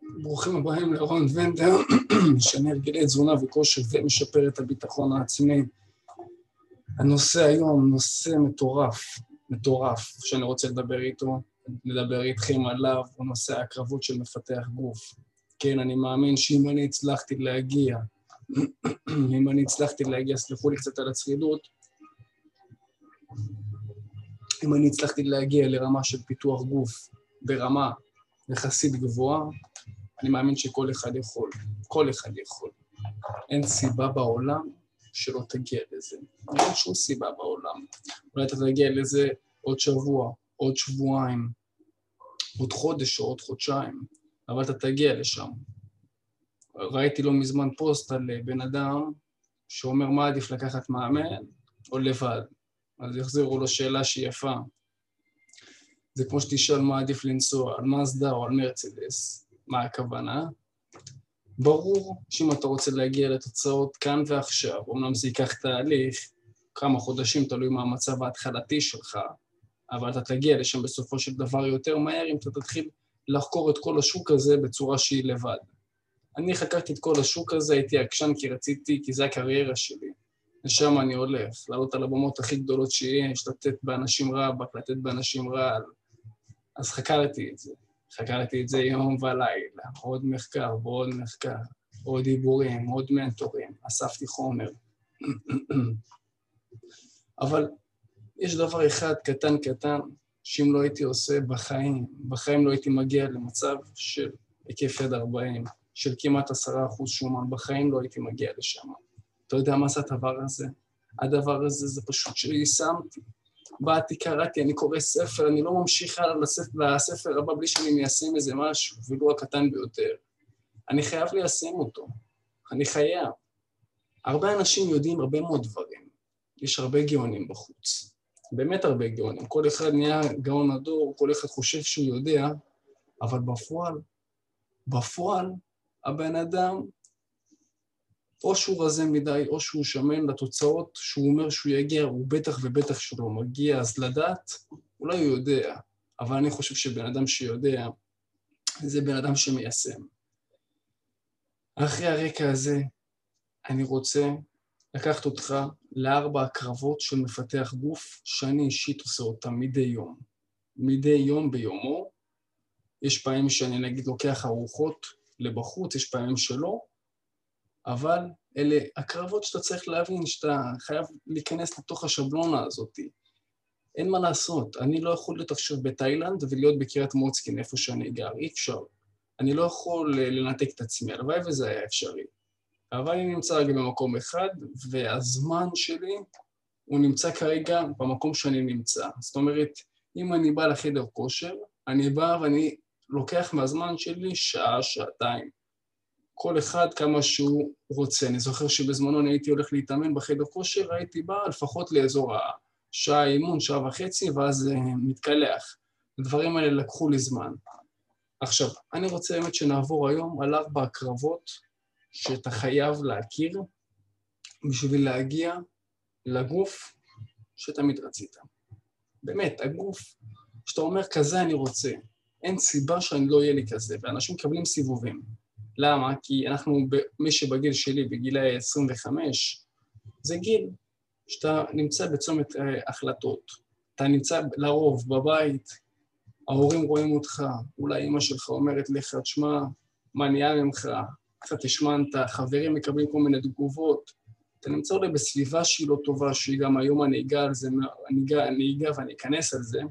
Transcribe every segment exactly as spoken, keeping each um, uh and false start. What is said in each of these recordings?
ברוכים הבאים לרון ונדר, שאני הרגלי תזונה וכושר ומשפר את הביטחון העצמי. הנושא היום, נושא מטורף, מטורף, שאני רוצה לדבר איתו, לדבר איתכם עליו, הוא נושא ההקרבות של מפתח גוף. כן, אני מאמין שאם אני הצלחתי להגיע, אם אני הצלחתי להגיע, סליחו לי קצת על הצרידות, אם אני הצלחתי להגיע לרמה של פיתוח גוף, ברמה יחסית גבוהה, אני מאמין שכל אחד יכול, כל אחד יכול. אין סיבה בעולם שלא תגיע לזה. אין שום סיבה בעולם. אולי אתה תגיע לזה עוד שבוע, עוד שבועיים, עוד חודש או עוד חודשיים, אבל אתה תגיע לשם. ראיתי לא מזמן פוסט על בן אדם שאומר מה עדיף לקחת מאמן או לבד. אז יחזירו לו שאלה שהיא יפה. זה כמו שתשאל מה עדיף לנסוע, על מאזדה או על מרצדס. מה הכוונה? ברור שאם אתה רוצה להגיע לתוצאות כאן ועכשיו, אומנם זה ייקח תהליך, כמה חודשים תלוי מה המצב ההתחלתי שלך, אבל אתה תגיע לשם בסופו של דבר יותר מהר אם אתה תתחיל לחקור את כל השוק הזה בצורה שהיא לבד. אני חקרתי את כל השוק הזה, הייתי עקשן כי רציתי, כי זה הקריירה שלי. לשם אני הולך, לעלות על הבמות הכי גדולות שיש, לתת באנשים רבק, לתת באנשים רעל. אז חקרתי את זה. חקרתי את זה יום ולילה, עוד מחקר ועוד מחקר, עוד דיבורים, עוד מנטורים, אספתי חומר. אבל יש דבר אחד קטן קטן, שאם לא הייתי עושה בחיים, בחיים לא הייתי מגיע למצב של היקף יד ארבעים, של כמעט עשרה אחוז שומן, בחיים לא הייתי מגיע לשם. אתה יודע מה זה הדבר הזה? הדבר הזה זה פשוט שיישמתי. באתי, קראתי, אני קורא ספר, אני לא ממשיך הלאה לספר, לספר הבא בלי שאני מיישם איזה משהו, ולא הקטן ביותר. אני חייב ליישם אותו. אני חייב. הרבה אנשים יודעים הרבה מאוד דברים. יש הרבה גאונים בחוץ. באמת הרבה גאונים. כל אחד נהיה גאון הדור, כל אחד חושב שהוא יודע, אבל בפועל, בפועל, הבן אדם, או שהוא רזה מדי, או שהוא שמן לתוצאות שהוא אומר שהוא יגיע, הוא בטח ובטח שלא מגיע, אז לדעת, אולי הוא יודע, אבל אני חושב שבן אדם שיודע, זה בן אדם שמיישם. אחרי הרקע הזה, אני רוצה לקחת אותך לארבע הקרבות של מפתח גוף, שאני אישית עושה אותם מדי יום. מדי יום ביומו, יש פעמים שאני נגיד לוקח ארוחות לבחוץ, יש פעמים שלא, אבל אלה הקרבות שאתה צריך להבין, שאתה חייב להיכנס לתוך השבלונה הזאת. אין מה לעשות, אני לא יכול להיות עכשיו בתאילנד ולהיות בקריית מוצקין, איפה שאני גר, אי אפשר. אני לא יכול לנתק את עצמי, הלוואי וזה היה אפשרי. אבל אני נמצא רגע במקום אחד, והזמן שלי הוא נמצא כרגע במקום שאני נמצא. זאת אומרת, אם אני בא לחדר כושר, אני בא ואני לוקח מהזמן שלי שעה, שעתיים. כל אחד כמה שהוא רוצה. אני זוכר שבזמנו אני הייתי הולך להתאמן בחדר כושר, הייתי בא לפחות לאזור השעה אימון, שעה וחצי, ואז מתקלח. הדברים האלה לקחו לי זמן. עכשיו, אני רוצה באמת שנעבור היום על ארבע הקרבות שאתה חייב להכיר בשביל להגיע לגוף שתמיד רצית. באמת, הגוף שאתה אומר כזה אני רוצה, אין סיבה שאני לא יהיה לי כזה, ואנשים מקבלים סיבובים. למה? כי אנחנו, מי שבגיל שלי, בגילי עשרים וחמש, זה גיל שאתה נמצא בצומת החלטות. אתה נמצא לרוב בבית, ההורים רואים אותך, אולי אמא שלך אומרת לך, תשמע, מה נהיה ממך, קצת השמנת, חברים מקבלים כל מיני תגובות, אתה נמצא אולי בסביבה שהיא לא טובה, שהיא גם היום אני אגע על זה, אני אגע, אני אגע ואני אכנס על זה,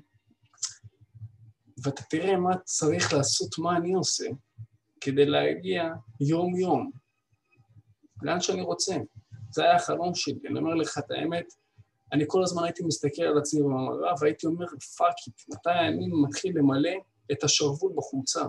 ואתה תראה מה צריך לעשות, מה אני עושה, כדי להגיע יום-יום, לאן שאני רוצה. זה היה החלום שלי, אני אומר לך את האמת, אני כל הזמן הייתי מסתכל על עצמי במראה, והייתי אומר, פאק איט, מתי אני מתחיל למלא את השרוול בחולצה?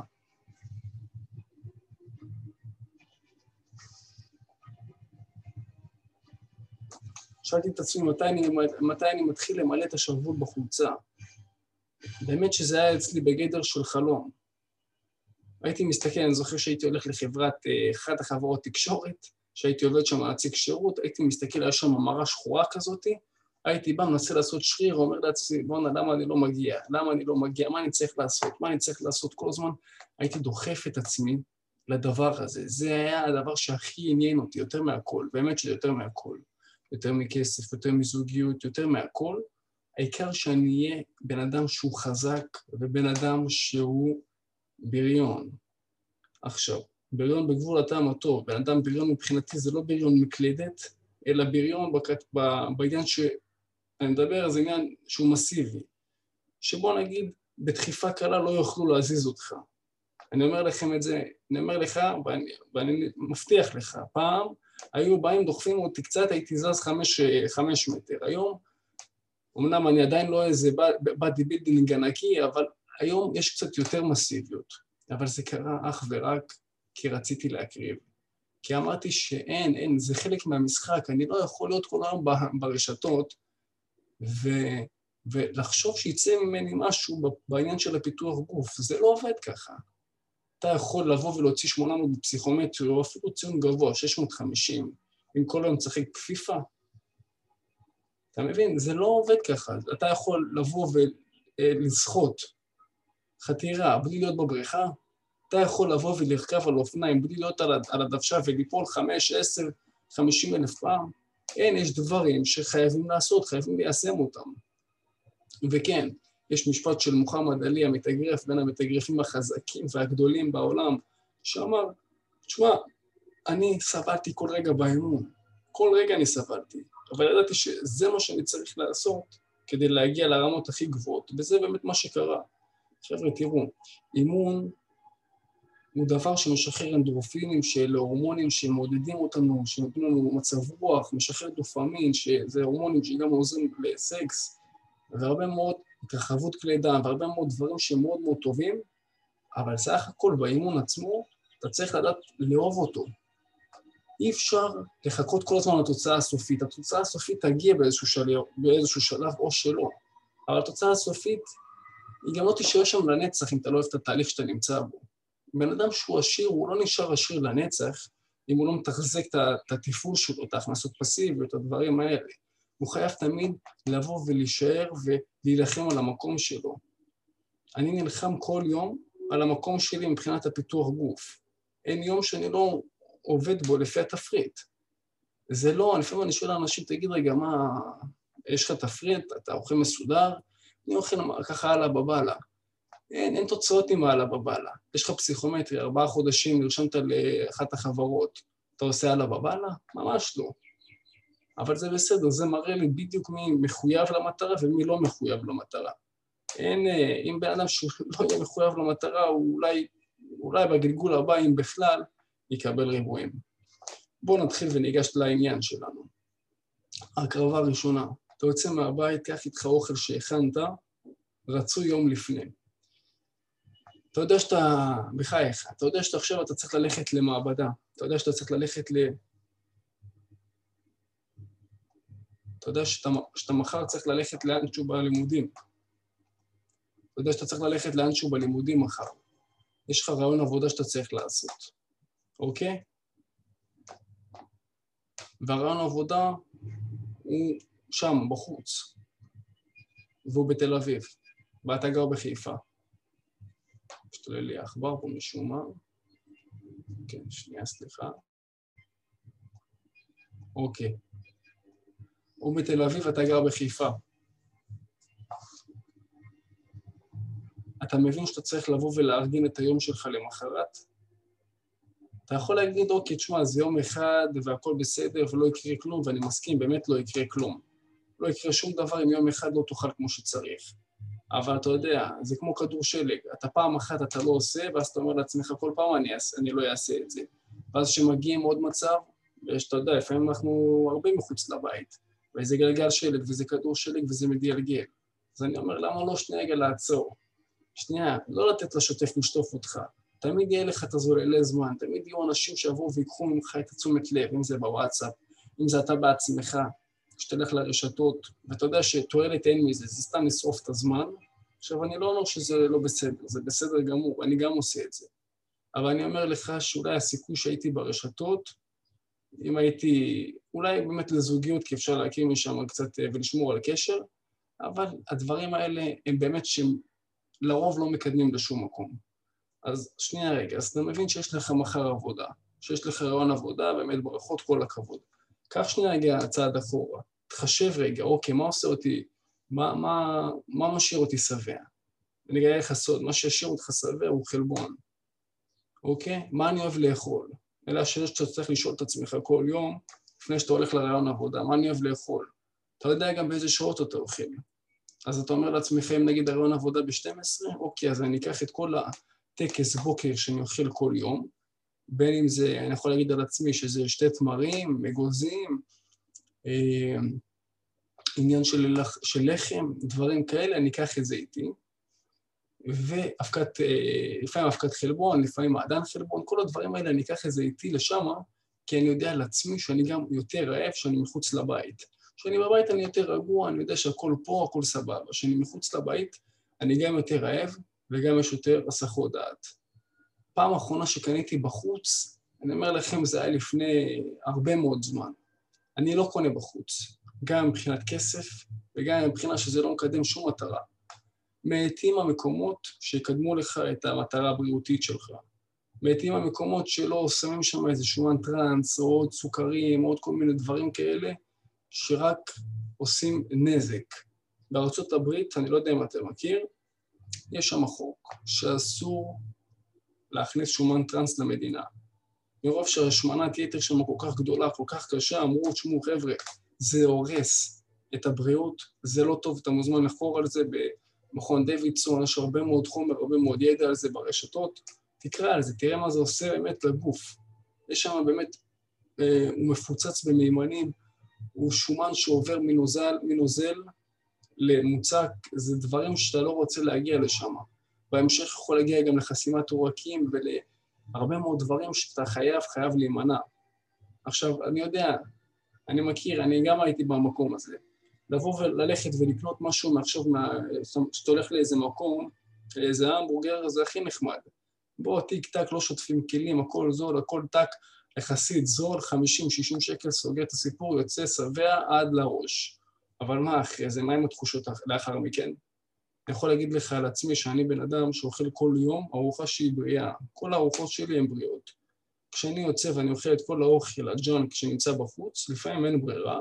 שאלתי את עצמי, מתי אני, מתי אני מתחיל למלא את השרוול בחולצה? באמת שזה היה אצלי בגדר של חלום. הייתי מסתכל, אני זוכר שהייתי הולך לחברת, אחת החברות תקשורת, שהייתי עובד שם להציג שירות, הייתי מסתכל, היה שם מראה שחורה כזאת, הייתי בא, מנסה לעשות שריר, אומר לעצמי, בוא'נה, למה אני לא מגיע? למה אני לא מגיע? מה אני צריך לעשות? מה אני צריך לעשות כל הזמן? הייתי דוחף את עצמי לדבר הזה. זה היה הדבר שהכי עניין אותי, יותר מהכל, באמת שזה יותר מהכל. יותר מכסף, יותר מזוגיות, יותר מהכל. העיקר שאני אהיה בן אדם שהוא חזק, ובן אדם שהוא בריון. עכשיו, בריון בגבול הטעם הטוב, בן אדם בריון מבחינתי זה לא בריון מקלדת, אלא בריון בקט, ב, בעניין שאני מדבר, זה עניין שהוא מסיבי. שבוא נגיד, בדחיפה קלה לא יוכלו להזיז אותך. אני אומר לכם את זה, אני אומר לך, ואני, ואני מבטיח לך, פעם היו באים דוחפים אותי קצת, הייתי זז חמש, חמש מטר. היום, אמנם אני עדיין לא איזה בדי בילדינג ענקי, אבל היום יש קצת יותר מסיביות. אבל זה קרה אך ורק כי רציתי להקריב. כי אמרתי שאין, אין, זה חלק מהמשחק, אני לא יכול להיות כל היום ברשתות, ו... ולחשוב שיצא ממני משהו בעניין של הפיתוח גוף. זה לא עובד ככה. אתה יכול לבוא ולהוציא שמונה מאות בפסיכומטרי, או אפילו ציון גבוה, שש מאות וחמישים, אם כל היום צריך כפיפה. אתה מבין? זה לא עובד ככה. אתה יכול לבוא ולשחות חתירה בלי להיות בבריכה, אתה יכול לבוא ולרכב על אופניים בלי להיות על הדוושה וליפול חמש, עשר, חמישים אלף פעם. אין, יש דברים שחייבים לעשות, חייבים ליישם אותם. וכן, יש משפט של מוחמד עלי, המתאגרף, בין המתאגרפים החזקים והגדולים בעולם, שאמר, תשמע, אני סבלתי כל רגע באימון, כל רגע אני סבלתי, אבל ידעתי שזה מה שאני צריך לעשות כדי להגיע לרמות הכי גבוהות, וזה באמת מה שקרה. חבר'ה, תראו, אימון הוא דבר שמשחרר אנדרופינים, של הורמונים שמעודדים אותנו, שנותנים לנו מצב רוח, משחרר דופמין, שזה הורמונים שגם עוזרים לסקס, והרבה מאוד התרחבות כלי דם, והרבה מאוד דברים שהם מאוד מאוד טובים, אבל סך הכל באימון עצמו, אתה צריך לדעת לאהוב אותו. אי אפשר לחכות כל הזמן לתוצאה הסופית. התוצאה הסופית תגיע באיזשהו שלב, באיזשהו שלב או שלא, אבל התוצאה הסופית היא גם לא תישאר שם לנצח אם אתה לא אוהב את התהליך שאתה נמצא בו. בן אדם שהוא עשיר, הוא לא נשאר עשיר לנצח, אם הוא לא מתחזק את התפעול שלו, את ההכנסות פסיביות, את הדברים האלה. הוא חייב תמיד לבוא ולהישאר ולהילחם על המקום שלו. אני נלחם כל יום על המקום שלי מבחינת הפיתוח גוף. אין יום שאני לא עובד בו לפי התפריט. זה לא, לפעמים אני שואל לאנשים, תגיד רגע, מה, יש לך תפריט, אתה אוכל מסודר? אני אוכל ככה הלאה בבאללה. אין, אין תוצאות עם הלאה בבאללה. יש לך פסיכומטרי, ארבעה חודשים, נרשמת לאחת החברות, אתה עושה הלאה בבאללה? ממש לא. אבל זה בסדר, זה מראה לי בדיוק מי מחויב למטרה ומי לא מחויב למטרה. אין, אם בן אדם שלא יהיה מחויב למטרה, הוא אולי, אולי בגלגול הבא, אם בכלל, יקבל ריבועים. בואו נתחיל וניגש לעניין שלנו. הקרבה הראשונה, אתה יוצא מהבית, קח איתך אוכל שהכנת, רצו יום לפני. אתה יודע שאתה, בחייך, אתה יודע שאתה עכשיו אתה צריך ללכת למעבדה, אתה יודע שאתה צריך ללכת ל... אתה יודע שאתה, שאתה מחר צריך ללכת לאנשהו בלימודים. אתה יודע שאתה צריך ללכת לאנשהו בלימודים מחר. יש לך רעיון עבודה שאתה צריך לעשות, אוקיי? והרעיון עבודה הוא שם, בחוץ, והוא בתל אביב, ואתה גר בחיפה. משתולל לי העכבר פה משום מה. כן, שנייה, סליחה. אוקיי. הוא בתל אביב, אתה גר בחיפה. אתה מבין שאתה צריך לבוא ולארגן את היום שלך למחרת? אתה יכול להגיד, אוקיי, תשמע, זה יום אחד והכל בסדר ולא יקרה כלום, ואני מסכים, באמת לא יקרה כלום. לא יקרה שום דבר אם יום אחד לא תאכל כמו שצריך. אבל אתה יודע, זה כמו כדור שלג. אתה פעם אחת אתה לא עושה, ואז אתה אומר לעצמך, כל פעם אני, אעשה, אני לא אעשה את זה. ואז שמגיעים עוד מצב, ושאתה יודע, לפעמים אנחנו הרבה מחוץ לבית, וזה גלגל שלג, וזה כדור שלג, וזה מדיאלגל. אז אני אומר, למה לא שנייה רגע לעצור? שנייה, לא לתת לשוטף לשטוף אותך. תמיד יהיה לך את הזוללי זמן, תמיד יהיו אנשים שיבואו ויקחו ממך את תשומת לב, אם זה בוואטסאפ, אם זה אתה בעצמך, שתלך לרשתות, ואתה יודע שתועלת אין מזה, זה סתם לשרוף את הזמן. עכשיו, אני לא אומר שזה לא בסדר, זה בסדר גמור, אני גם עושה את זה. אבל אני אומר לך שאולי הסיכוי שהייתי ברשתות, אם הייתי, אולי באמת לזוגיות, כי אפשר להקים משם קצת ולשמור על קשר, אבל הדברים האלה הם באמת שהם לרוב לא מקדמים לשום מקום. אז שנייה רגע, אז אתה מבין שיש לך מחר עבודה, שיש לך רעיון עבודה, באמת ברכות כל הכבוד. קח שנייה רגע צעד אחורה, תחשב רגע, אוקיי, מה עושה אותי, מה, מה, מה משאיר אותי שבע? אני אגלה לך סוד, מה שישאיר אותך שבע הוא חלבון, אוקיי? מה אני אוהב לאכול? אלה השאלות שאתה צריך לשאול את עצמך כל יום, לפני שאתה הולך לרעיון עבודה, מה אני אוהב לאכול? אתה יודע גם באיזה שעות אתה אוכל. אז אתה אומר לעצמך, אם נגיד הרעיון עבודה ב-שתים עשרה, אוקיי, אז אני אקח את כל הטקס בוקר שאני אוכל כל יום, בין אם זה, אני יכול להגיד על עצמי שזה שתי תמרים, מגוזים, אה, עניין של, של לחם, דברים כאלה, אני אקח את זה איתי, והפקת, אה, לפעמים הפקת חלבון, לפעמים מעדן חלבון, כל הדברים האלה אני אקח את זה איתי לשם, כי אני יודע על עצמי שאני גם יותר רעב, שאני מחוץ לבית. כשאני בבית אני יותר רגוע, אני יודע שהכל פה, הכל סבבה. כשאני מחוץ לבית, אני גם יותר רעב, וגם יש יותר הסחות דעת. פעם האחרונה שקניתי בחוץ, אני אומר לכם, זה היה לפני הרבה מאוד זמן. אני לא קונה בחוץ, גם מבחינת כסף, וגם מבחינה שזה לא מקדם שום מטרה. מעטים המקומות שיקדמו לך את המטרה הבריאותית שלך. מעטים המקומות שלא שמים שם איזה שומן טרנס, או עוד סוכרים, או עוד כל מיני דברים כאלה, שרק עושים נזק. בארצות הברית, אני לא יודע אם אתה מכיר, יש שם חוק שאסור להכניס שומן טרנס למדינה. מרוב שהשמנת יתר שם כל כך גדולה, כל כך קשה, אמרו, תשמעו חבר'ה, זה הורס את הבריאות, זה לא טוב, אתה מוזמן לחקור על זה במכון דוידסון, יש הרבה מאוד חומר, הרבה מאוד ידע על זה ברשתות, תקרא על זה, תראה מה זה עושה באמת לגוף. יש שם באמת, אה, הוא מפוצץ במימנים, הוא שומן שעובר מנוזל, מנוזל למוצק, זה דברים שאתה לא רוצה להגיע לשם. בהמשך יכול להגיע גם לחסימת עורקים ולהרבה מאוד דברים שאתה חייב, חייב להימנע. עכשיו, אני יודע, אני מכיר, אני גם הייתי במקום הזה. לבוא וללכת ולקנות משהו מעכשיו, שאתה הולך לאיזה מקום, לאיזה המבורגר, זה הכי נחמד. בוא, טיק טק, לא שוטפים כלים, הכל זול, הכל טק, יחסית זול, חמישים שישים שקל, סוגר את הסיפור, יוצא שבע עד לראש. אבל מה אחרי זה? מה עם התחושות לאחר מכן? אני יכול להגיד לך על עצמי שאני בן אדם שאוכל כל יום ארוחה שהיא בריאה. כל הארוחות שלי הן בריאות. כשאני יוצא ואני אוכל את כל האוכל, הג'אנק שנמצא בחוץ, לפעמים אין ברירה.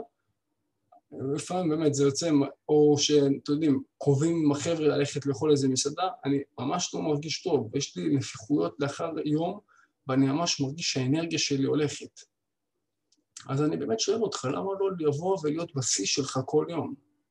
לפעמים באמת זה יוצא, או שאתם יודעים, קרובים עם החבר'ה ללכת לאכול איזה מסעדה, אני ממש לא מרגיש טוב. יש לי נפיחויות לאחר יום, ואני ממש מרגיש שהאנרגיה שלי הולכת. אז אני באמת שואל אותך, למה לא לבוא ולהיות בשיא שלך כל יום?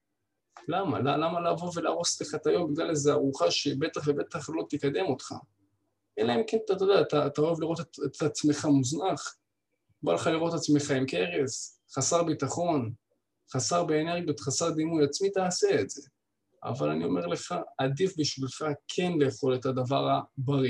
למה? למה לבוא ולהרוס לך את היום בגלל איזו ארוחה שבטח ובטח לא תקדם אותך? אלא אם כן, אתה יודע, אתה, אתה אוהב לראות את, את עצמך מוזנח, בא לך לראות את עצמך עם קרס, חסר ביטחון, חסר באנרגיות, חסר דימוי עצמי, תעשה את זה. אבל אני אומר לך, עדיף בשבילך כן לאכול את הדבר הבריא.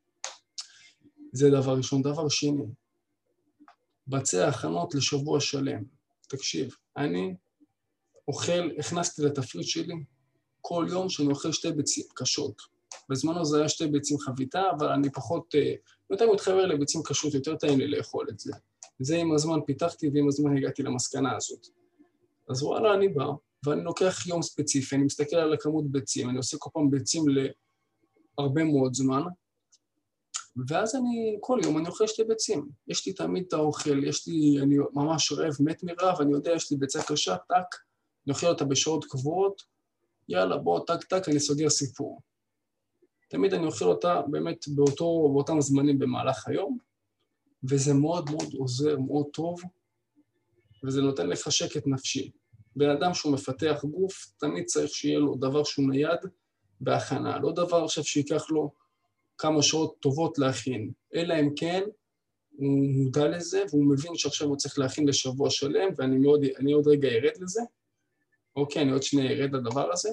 זה דבר ראשון. דבר שני, בצע הכנות לשבוע שלם. תקשיב, אני אוכל, הכנסתי לתפריט שלי כל יום שאני אוכל שתי ביצים קשות. בזמנו זה היה שתי ביצים חביתה, אבל אני פחות, יותר מתחבר לביצים קשות, יותר טעים לי לאכול את זה. זה עם הזמן פיתחתי ועם הזמן הגעתי למסקנה הזאת. אז וואלה, אני בא, ואני לוקח יום ספציפי, אני מסתכל על הכמות ביצים, אני עושה כל פעם ביצים להרבה מאוד זמן, ואז אני, כל יום אני אוכל שתי ביצים. יש לי תמיד את האוכל, יש לי, אני ממש רעב, מת מרעב, אני יודע, יש לי ביצה קשה, טק, אני אוכל אותה בשעות קבועות, יאללה, בוא, טק, טק, אני סוגר סיפור. תמיד אני אוכל אותה באמת באותו, באותם זמנים במהלך היום, וזה מאוד מאוד עוזר, מאוד טוב, וזה נותן לך שקט נפשי. בן אדם שהוא מפתח גוף, תמיד צריך שיהיה לו דבר שהוא נייד בהכנה, לא דבר עכשיו שיקח לו כמה שעות טובות להכין, אלא אם כן הוא מודע לזה, והוא מבין שעכשיו הוא צריך להכין לשבוע שלם, ואני מאוד, אני עוד רגע ארד לזה. אוקיי, אני עוד שנייה ארד לדבר הזה.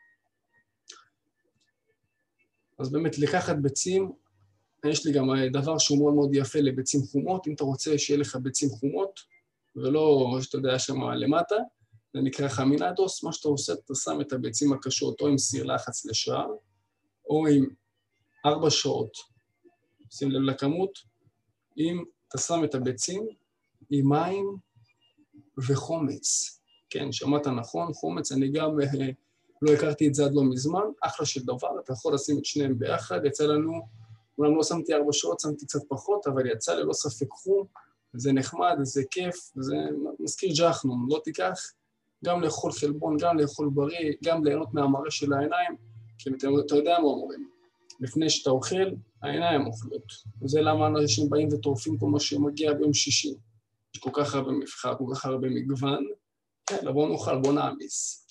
אז באמת, לקחת ביצים, יש לי גם דבר שהוא מאוד מאוד יפה לביצים חומות, אם אתה רוצה שיהיה לך ביצים חומות, ולא, שאתה יודע, שם למטה, זה נקרא חמינדוס, מה שאתה עושה, אתה שם את הביצים הקשות, או עם סיר לחץ לשעה, או עם ארבע שעות, שים לב לכמות, אם אתה שם את הביצים עם מים וחומץ. כן, שמעת נכון, חומץ, אני גם לא הכרתי את זה עד לא מזמן, אחלה של דבר, אתה יכול לשים את שניהם ביחד, יצא לנו אולם לא שמתי ארבע שעות, שמתי קצת פחות, אבל יצא ללא ספק חום, זה נחמד, זה כיף, זה מזכיר ג'חנון, לא תיקח גם לאכול חלבון, גם לאכול בריא, גם ליהנות מהמראה של העיניים, כי אתה יודע מה אומרים, לפני שאתה אוכל, העיניים אוכלות. וזה למה אנשים באים וטורפים כל מה שמגיע ביום שישי. יש כל כך הרבה מבחר, כל כך הרבה מגוון, כן, בוא נאכל, בוא נעמיס.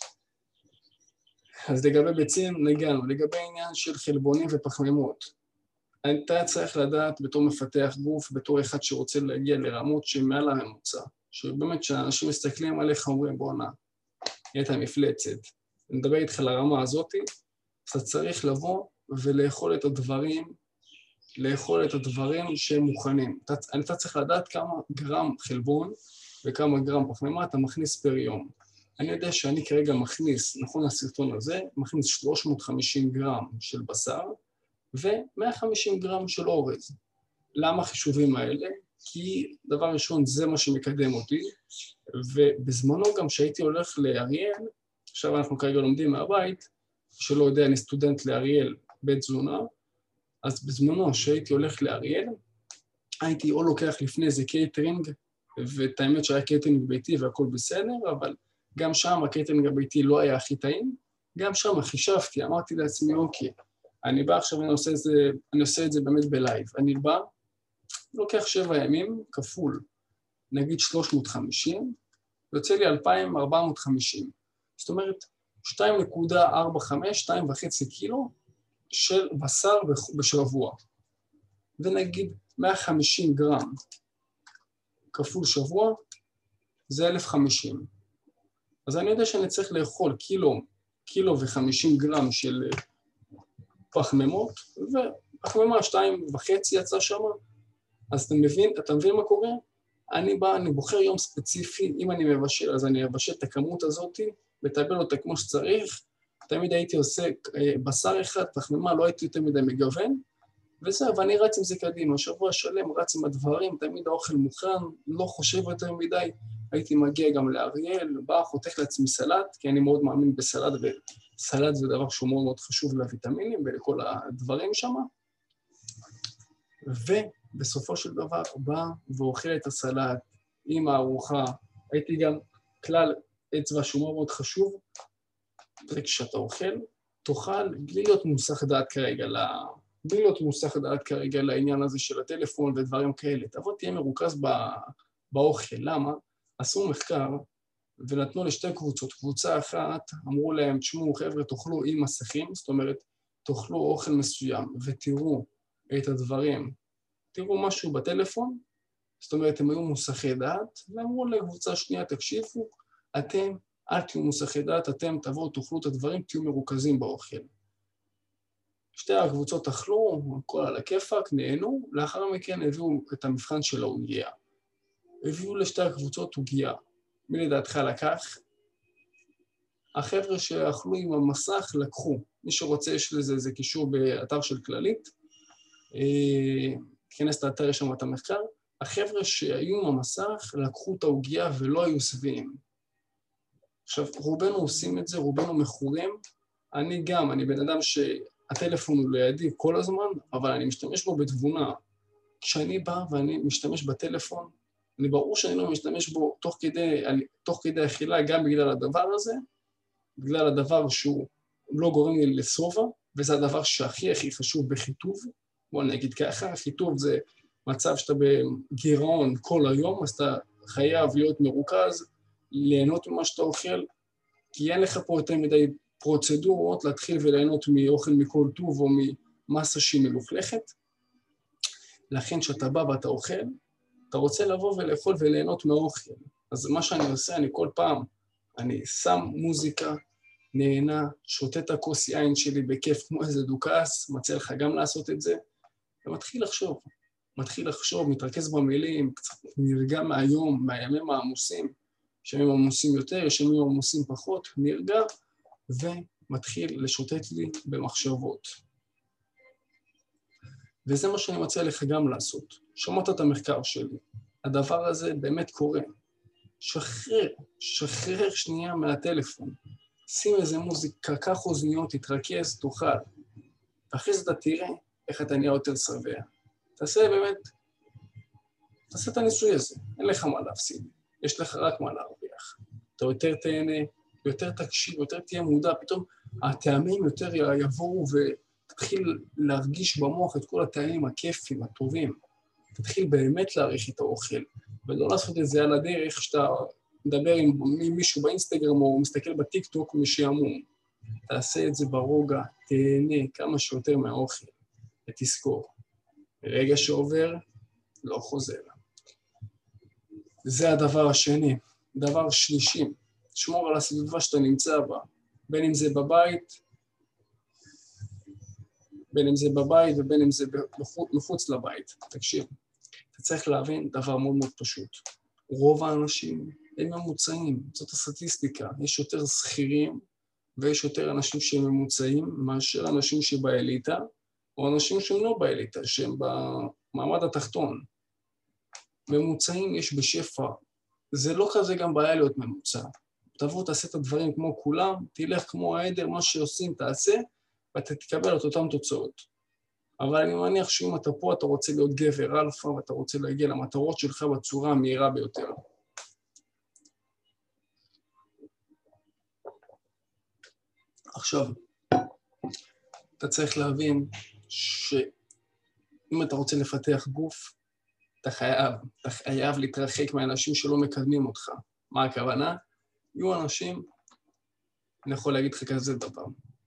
אז לגבי ביצים, נגענו. לגבי העניין של חלבונים ופחמימות, אתה צריך לדעת בתור מפתח גוף, בתור אחד שרוצה להגיע לרמות שמעל הממוצע, שבאמת כשאנשים מסתכלים עליך אומרים, בוא נע, נהיית מפלצת. נדבר איתך לרמה הזאת, אתה צריך לבוא ולאכול את הדברים, לאכול את הדברים שהם מוכנים. אתה, אתה צריך לדעת כמה גרם חלבון וכמה גרם פחמימה אתה מכניס פר יום. אני יודע שאני כרגע מכניס, נכון לסרטון הזה, מכניס שלוש מאות וחמישים גרם של בשר ו-מאה וחמישים גרם של אורז. למה החישובים האלה? כי דבר ראשון זה מה שמקדם אותי, ובזמנו גם שהייתי הולך לאריאל, עכשיו אנחנו כרגע לומדים מהבית, שלא יודע, אני סטודנט לאריאל בית תזונה, אז בזמנו שהייתי הולך לאריאל, הייתי או לוקח לפני איזה קייטרינג, ואת האמת שהיה קייטרינג ביתי והכל בסדר, אבל גם שם הקייטרינג הביתי לא היה הכי טעים, גם שם חישבתי, אמרתי לעצמי, אוקיי, אני בא עכשיו ואני עושה את זה, אני עושה את זה באמת בלייב, אני בא, לוקח שבע ימים, כפול, נגיד שלוש מאות וחמישים, יוצא לי אלפיים ארבע מאות וחמישים, זאת אומרת, שתיים נקודה ארבע חמש, שתיים וחצי קילו של בשר בשבוע, ונגיד מאה וחמישים גרם כפול שבוע, זה אלף וחמישים. אז אני יודע שאני צריך לאכול קילו, קילו וחמישים גרם של פחמימות, ופחמימה שתיים וחצי יצא שמה. אז אתה מבין, אתה מבין מה קורה? אני בא, אני בוחר יום ספציפי, אם אני מבשל, אז אני מבשל את הכמות הזאת, מטבל אותה כמו שצריך, תמיד הייתי עושה בשר אחד, פחמימה, לא הייתי יותר מדי מגוון, וזהו, ואני רץ עם זה קדימה, שבוע שלם רץ עם הדברים, תמיד האוכל מוכן, לא חושב יותר מדי, הייתי מגיע גם לאריאל, בא, חותך לעצמי סלט, כי אני מאוד מאמין בסלט, וסלט זה דבר שהוא מאוד מאוד חשוב לויטמינים ולכל הדברים שם, ובסופו של דבר בא ואוכל את הסלט עם הארוחה, הייתי גם כלל אצבע שהוא מאוד מאוד חשוב, וכשאתה אוכל, תאכל בלי להיות מוסך דעת כרגע, בלי להיות מוסך דעת כרגע לעניין הזה של הטלפון ודברים כאלה. תבוא תהיה מרוכז באוכל. למה? עשו מחקר ונתנו לשתי קבוצות. קבוצה אחת, אמרו להם, תשמעו חבר'ה, תאכלו עם מסכים, זאת אומרת, תאכלו אוכל מסוים ותראו את הדברים, תראו משהו בטלפון, זאת אומרת, הם היו מוסכי דעת, ואמרו לקבוצה שנייה, תקשיבו, אתם אל תהיו מוסכי דעת, אתם תבואו, תאכלו את הדברים, תהיו מרוכזים באוכל. שתי הקבוצות אכלו, הכל על הכיפק, נהנו, לאחר מכן הביאו את המבחן של העוגיה. הביאו לשתי הקבוצות עוגיה. מי לדעתך לקח? החבר'ה שאכלו עם המסך לקחו. מי שרוצה, יש לזה איזה קישור באתר של כללית, תכנס לאתר, יש שם את המחקר. החבר'ה שהיו עם המסך לקחו את העוגיה ולא היו שבעים. עכשיו, רובנו עושים את זה, רובנו מכורים. אני גם, אני בן אדם שהטלפון הוא לידי כל הזמן, אבל אני משתמש בו בתבונה. כשאני בא ואני משתמש בטלפון, אני ברור שאני לא משתמש בו תוך כדי, תוך כדי אכילה, גם בגלל הדבר הזה, בגלל הדבר שהוא לא גורם לי לסובה, וזה הדבר שהכי הכי חשוב בחיטוב. בוא נגיד ככה, חיטוב זה מצב שאתה בגירעון כל היום, אז אתה חייב להיות מרוכז, ליהנות ממה שאתה אוכל, כי אין לך פה יותר מדי פרוצדורות להתחיל וליהנות מאוכל מכל טוב או ממסה שהיא מלוכלכת. לכן כשאתה בא ואתה אוכל, אתה רוצה לבוא ולאכול וליהנות מהאוכל. אז מה שאני עושה, אני כל פעם, אני שם מוזיקה, נהנה, שותה את הכוס יין שלי בכיף כמו איזה דוקס, מציע לך גם לעשות את זה, ומתחיל לחשוב, מתחיל לחשוב, מתרכז במילים, קצת נרגע מהיום, מהימים העמוסים, ימים עמוסים יותר, ימים עמוסים פחות, נרגע, ומתחיל לשוטט לי במחשבות. וזה מה שאני מציע לך גם לעשות. שמעת את המחקר שלי. הדבר הזה באמת קורה. שחרר, שחרר שנייה מהטלפון. שים איזה מוזיקה, קח אוזניות, תתרכז, תאכל. ואחרי זה אתה תראה איך אתה נהיה יותר שבע. תעשה באמת, תעשה את הניסוי הזה, אין לך מה להפסיד, יש לך רק מה להרוויח. אתה יותר תהנה, יותר תקשיב, יותר תהיה מודע, פתאום הטעמים יותר יבואו ותתחיל להרגיש במוח את כל הטעמים הכיפים, הטובים. תתחיל באמת להעריך את האוכל, ולא לעשות את זה על הדרך שאתה מדבר עם מישהו באינסטגרם או מסתכל בטיקטוק משעמום. תעשה את זה ברוגע, תהנה כמה שיותר מהאוכל, ותזכור. רגע שעובר, לא חוזר. זה הדבר השני. דבר שלישי, שמור על הסביבה שאתה נמצא בה, בין אם זה בבית, בין אם זה בבית ובין אם זה מחוץ לבית. תקשיב, אתה צריך להבין דבר מאוד מאוד פשוט. רוב האנשים הם ממוצעים, זאת הסטטיסטיקה. יש יותר שכירים ויש יותר אנשים שהם ממוצעים מאשר אנשים שבאליטה, או אנשים שהם לא באליטה, שהם במעמד התחתון. ממוצעים יש בשפע. זה לא כזה גם בעיה להיות ממוצע. תבוא, תעשה את הדברים כמו כולם, תלך כמו העדר, מה שעושים תעשה, ואתה תקבל את אותם תוצאות. אבל אני מניח שאם אתה פה, אתה רוצה להיות גבר אלפא, ואתה רוצה להגיע למטרות שלך בצורה המהירה ביותר. עכשיו, אתה צריך להבין שאם אתה רוצה לפתח גוף, אתה חייב, אתה חייב להתרחק מהאנשים שלא מקדמים אותך. מה הכוונה? יהיו אנשים, אני יכול להגיד לך כזה דבר.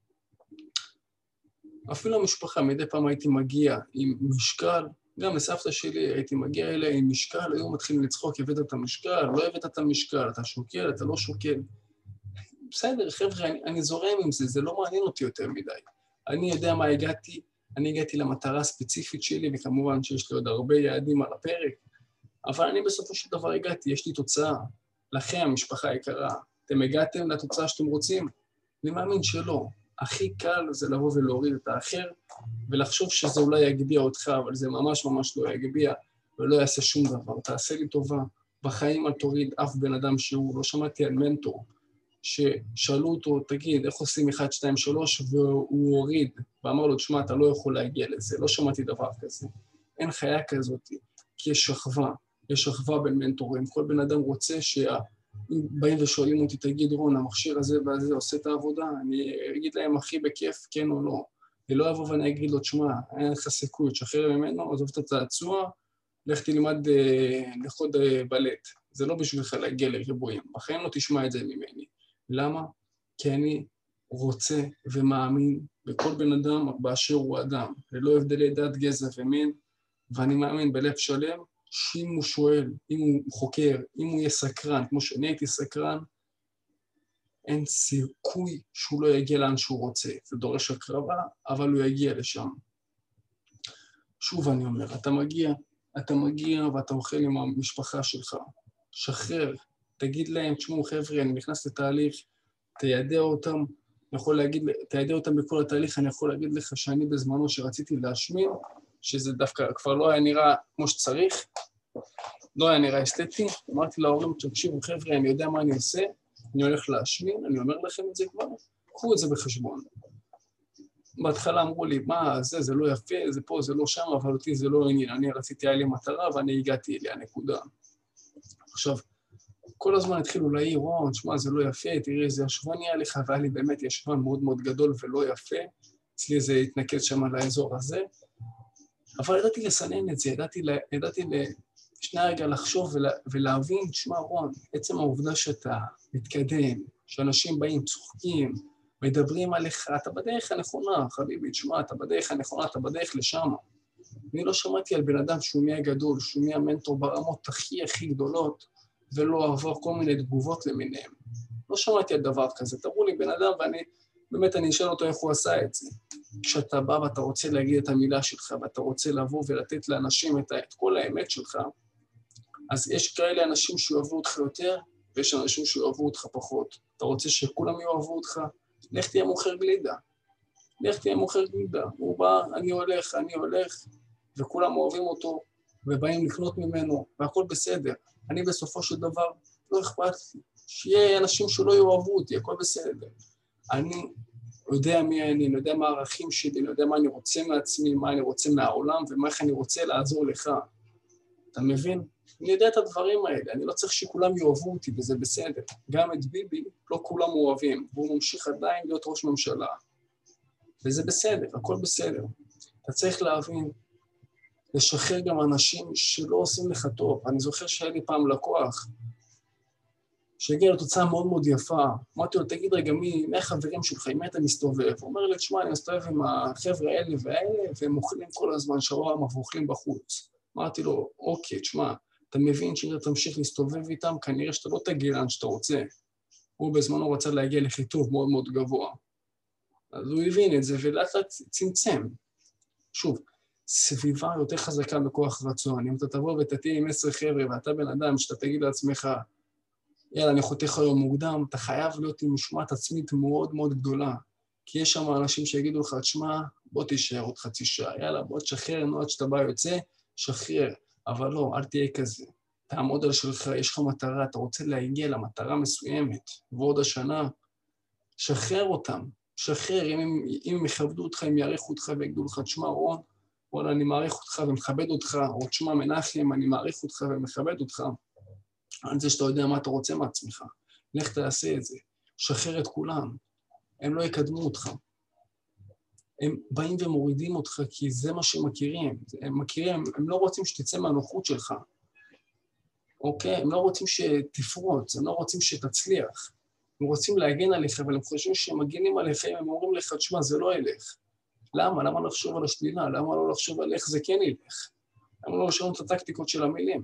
אפילו המשפחה, מדי פעם הייתי מגיע עם משקל, גם לסבתא שלי הייתי מגיע אליה עם משקל, היום מתחילים לצחוק, הבאת את המשקל, לא הבאת את המשקל, אתה שוקל, אתה לא שוקל. בסדר, חבר'ה, אני, אני זורם עם זה, זה לא מעניין אותי יותר מדי. אני יודע מה הגעתי, אני הגעתי למטרה הספציפית שלי, וכמובן שיש לי עוד הרבה יעדים על הפרק, אבל אני בסופו של דבר הגעתי, יש לי תוצאה. לכם, המשפחה היקרה, אתם הגעתם לתוצאה שאתם רוצים? אני מאמין שלא. הכי קל זה לבוא ולהוריד את האחר, ולחשוב שזה אולי יגביע אותך, אבל זה ממש ממש לא יגביע, ולא יעשה שום דבר. תעשה לי טובה, בחיים אל תוריד אף בן אדם שהוא, לא שמעתי על מנטור, ששאלו אותו, תגיד, איך עושים אחת, שתיים, שלוש, והוא הוריד, ואמר לו, תשמע, אתה לא יכול להגיע לזה, לא שמעתי דבר כזה. אין חיה כזאת, כי יש שכבה, יש שכבה בין מנטורים, כל בן אדם רוצה שה... אם באים ושואלים אותי, תגיד רון, המכשיר הזה והזה עושה את העבודה, אני אגיד להם הכי בכיף, כן או לא. ולא אבוא ואני אגיד לו, תשמע, אין לך סיכוי, תשחרר ממנו, עזוב את הצעצוע, לך תלמד לחוד בלט. זה לא בשבילך להגיע לריבועים, בחיים לא תשמע את זה ממני. למה? כי אני רוצה ומאמין בכל בן אדם באשר הוא אדם, ללא הבדלי דת, גזע ומין, ואני מאמין בלב שלם, שאם הוא שואל, אם הוא חוקר, אם הוא יהיה סקרן, כמו שאני הייתי סקרן, אין סיכוי שהוא לא יגיע לאן שהוא רוצה. זה דורש הקרבה, אבל הוא יגיע לשם. שוב אני אומר, אתה מגיע, אתה מגיע ואתה אוכל עם המשפחה שלך. שחרר, תגיד להם, תשמעו חבר'ה, אני נכנס לתהליך, תיידע אותם, אני יכול להגיד, תיידע אותם בכל התהליך, אני יכול להגיד לך שאני בזמנו שרציתי להשמין, שזה דווקא כבר לא היה נראה כמו שצריך, לא היה נראה אסתטי, אמרתי להורים, תקשיבו חבר'ה, אני יודע מה אני עושה, אני הולך להשמין, אני אומר לכם את זה כבר, קחו את זה בחשבון. בהתחלה אמרו לי, מה, זה, זה לא יפה, זה פה, זה לא שם, אבל אותי זה לא עניין, אני רציתי, היה לי מטרה ואני הגעתי אליה, נקודה. עכשיו, כל הזמן התחילו להעיר, וואו, תשמע, זה לא יפה, תראי איזה ישבן יהיה לך, והיה לי באמת ישבן מאוד מאוד גדול ולא יפה, אצלי זה התנקז שם על האזור הזה, אבל ידעתי לסנן את זה, ידעתי, ידעתי לשני רגע לחשוב ולה, ולהבין, תשמע רון, עצם העובדה שאתה מתקדם, שאנשים באים, צוחקים, מדברים עליך, אתה בדרך הנכונה, חביבי, תשמע, אתה בדרך הנכונה, אתה בדרך לשם. אני לא שמעתי על בן אדם שהוא נהיה גדול, שהוא נהיה מנטור ברמות הכי הכי גדולות, ולא עבר כל מיני תגובות למיניהם. לא שמעתי על דבר כזה, תראו לי בן אדם ואני, באמת אני אשאל אותו איך הוא עשה את זה. כשאתה בא ואתה רוצה להגיד את המילה שלך, ואתה רוצה לבוא ולתת לאנשים את, את כל האמת שלך, אז יש כאלה אנשים שאוהבו אותך יותר, ויש אנשים שאוהבו אותך פחות. אתה רוצה שכולם יאהבו אותך? לך תהיה מוכר גלידה. לך תהיה מוכר גלידה. הוא בא, אני הולך, אני הולך, וכולם אוהבים אותו, ובאים לקנות ממנו, והכל בסדר. אני בסופו של דבר לא אכפת לי. שיהיה אנשים שלא יאהבו אותי, הכל בסדר. אני יודע מי אני, אני יודע מה הערכים שלי, אני יודע מה אני רוצה מעצמי, מה אני רוצה מהעולם, ומה איך אני רוצה לעזור לך. אתה מבין? אני יודע את הדברים האלה, אני לא צריך שכולם יאהבו אותי, וזה בסדר. גם את ביבי, לא כולם אוהבים, והוא ממשיך עדיין להיות ראש ממשלה. וזה בסדר, הכל בסדר. אתה צריך להבין, לשחרר גם אנשים שלא עושים לך טוב. אני זוכר שהיה לי פעם לקוח, שהגיע לתוצאה מאוד מאוד יפה. אמרתי לו, תגיד רגע, מי, מי החברים שלך, עם מי אתה מסתובב? הוא אומר לי, תשמע, אני מסתובב עם החבר'ה האלה והאלה, והם אוכלים כל הזמן שווארמה ואוכלים בחוץ. אמרתי לו, אוקיי, תשמע, אתה מבין שאם אתה תמשיך להסתובב איתם, כנראה שאתה לא תגיע לאן שאתה רוצה. הוא בזמנו רצה להגיע לחיתוך מאוד מאוד גבוה. אז הוא הבין את זה, ולאט לאט צמצם. שוב, סביבה יותר חזקה מכוח רצון. אם אתה תבוא ותתהיה עם עשר חבר'ה, ואתה בן אדם שאתה תגיד לעצמך, יאללה, אני חותך היום מוקדם, אתה חייב להיות עם משמעת עצמית מאוד מאוד גדולה. כי יש שם אנשים שיגידו לך, תשמע, בוא תישאר עוד חצי שעה, יאללה, בוא תשחרר, נו, עד שאתה בא יוצא, שחרר. אבל לא, אל תהיה כזה. תעמוד על שלך, יש לך מטרה, אתה רוצה להגיע למטרה מסוימת, ועוד השנה, שחרר אותם. שחרר, אם הם, אם הם יכבדו אותך, הם יעריכו אותך ויגידו לך, תשמע, רון, וואלה, אני מעריך אותך ומכבד אותך, או תשמע, מנחם, אני מעריך אותך ומכבד אותך. על זה שאתה יודע מה אתה רוצה מעצמך. לך תעשה את זה. שחרר את כולם. הם לא יקדמו אותך. הם באים ומורידים אותך כי זה מה שהם מכירים. הם מכירים, הם לא רוצים שתצא מהנוחות שלך. אוקיי? הם לא רוצים שתפרוץ, הם לא רוצים שתצליח. הם רוצים להגן עליך, אבל הם חושבים שהם מגנים עליך, הם אומרים לך, תשמע, זה לא ילך. למה? למה לא לחשוב על השלילה? למה לא לחשוב על איך זה כן ילך? למה לא לשנות את הטקטיקות של המילים?